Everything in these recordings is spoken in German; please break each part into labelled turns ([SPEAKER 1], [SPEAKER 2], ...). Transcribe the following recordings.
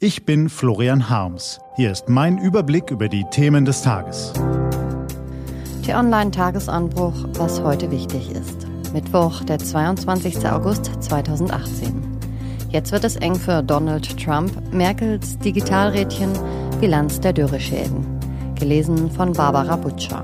[SPEAKER 1] Ich bin Florian Harms. Hier ist mein Überblick über die Themen des Tages.
[SPEAKER 2] T-Online-Tagesanbruch, was heute wichtig ist. Mittwoch, der 22. August 2018. Jetzt wird es eng für Donald Trump, Merkels Digitalrädchen, Bilanz der Dürreschäden. Gelesen von Barbara Butcher.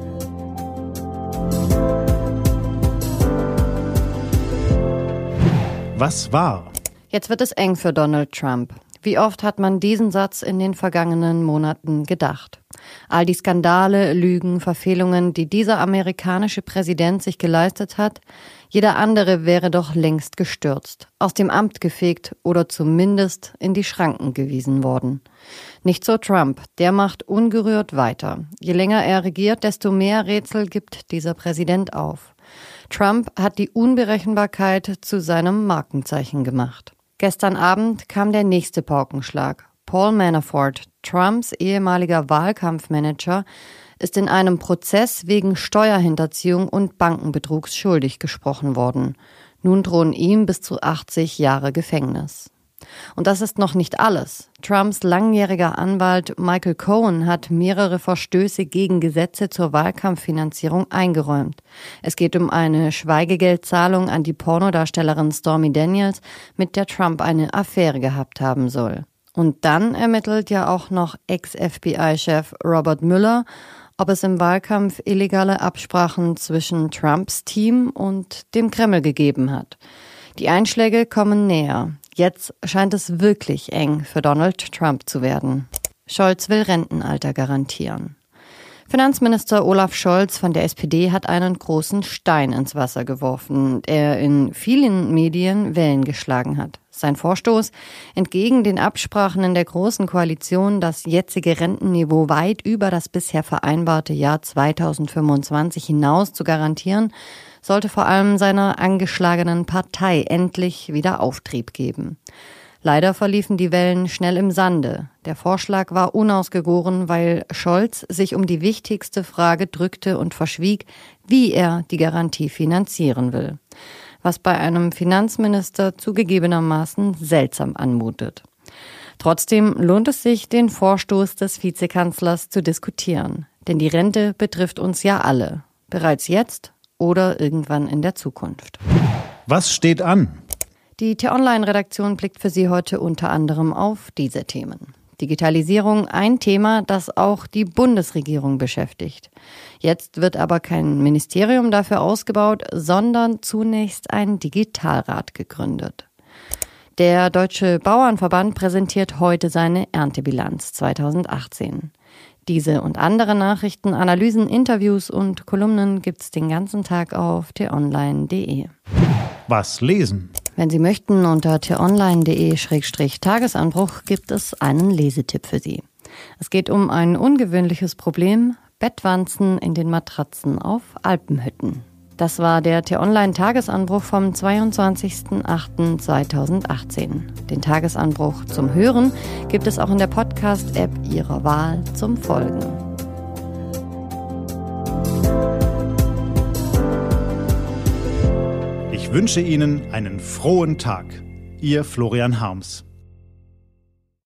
[SPEAKER 1] Was war?
[SPEAKER 2] Jetzt wird es eng für Donald Trump. Wie oft hat man diesen Satz in den vergangenen Monaten gedacht? All die Skandale, Lügen, Verfehlungen, die dieser amerikanische Präsident sich geleistet hat, jeder andere wäre doch längst gestürzt, aus dem Amt gefegt oder zumindest in die Schranken gewiesen worden. Nicht so Trump, der macht ungerührt weiter. Je länger er regiert, desto mehr Rätsel gibt dieser Präsident auf. Trump hat die Unberechenbarkeit zu seinem Markenzeichen gemacht. Gestern Abend kam der nächste Paukenschlag. Paul Manafort, Trumps ehemaliger Wahlkampfmanager, ist in einem Prozess wegen Steuerhinterziehung und Bankenbetrugs schuldig gesprochen worden. Nun drohen ihm bis zu 80 Jahre Gefängnis. Und das ist noch nicht alles. Trumps langjähriger Anwalt Michael Cohen hat mehrere Verstöße gegen Gesetze zur Wahlkampffinanzierung eingeräumt. Es geht um eine Schweigegeldzahlung an die Pornodarstellerin Stormy Daniels, mit der Trump eine Affäre gehabt haben soll. Und dann ermittelt ja auch noch Ex-FBI-Chef Robert Mueller, ob es im Wahlkampf illegale Absprachen zwischen Trumps Team und dem Kreml gegeben hat. Die Einschläge kommen näher. Jetzt scheint es wirklich eng für Donald Trump zu werden. Scholz will Rentenalter garantieren. Finanzminister Olaf Scholz von der SPD hat einen großen Stein ins Wasser geworfen, der in vielen Medien Wellen geschlagen hat. Sein Vorstoß, entgegen den Absprachen in der Großen Koalition das jetzige Rentenniveau weit über das bisher vereinbarte Jahr 2025 hinaus zu garantieren, sollte vor allem seiner angeschlagenen Partei endlich wieder Auftrieb geben. Leider verliefen die Wellen schnell im Sande. Der Vorschlag war unausgegoren, weil Scholz sich um die wichtigste Frage drückte und verschwieg, wie er die Garantie finanzieren will. Was bei einem Finanzminister zugegebenermaßen seltsam anmutet. Trotzdem lohnt es sich, den Vorstoß des Vizekanzlers zu diskutieren. Denn die Rente betrifft uns ja alle. Bereits jetzt oder irgendwann in der Zukunft.
[SPEAKER 1] Was steht an?
[SPEAKER 2] Die T-Online-Redaktion blickt für Sie heute unter anderem auf diese Themen. Digitalisierung, ein Thema, das auch die Bundesregierung beschäftigt. Jetzt wird aber kein Ministerium dafür ausgebaut, sondern zunächst ein Digitalrat gegründet. Der Deutsche Bauernverband präsentiert heute seine Erntebilanz 2018. Diese und andere Nachrichten, Analysen, Interviews und Kolumnen gibt's den ganzen Tag auf t-online.de.
[SPEAKER 1] Was lesen?
[SPEAKER 2] Wenn Sie möchten, unter t-online.de/Tagesanbruch gibt es einen Lesetipp für Sie. Es geht um ein ungewöhnliches Problem: Bettwanzen in den Matratzen auf Alpenhütten. Das war der T-Online-Tagesanbruch vom 22.08.2018. Den Tagesanbruch zum Hören gibt es auch in der Podcast-App Ihrer Wahl zum Folgen.
[SPEAKER 1] Ich wünsche Ihnen einen frohen Tag. Ihr Florian Harms.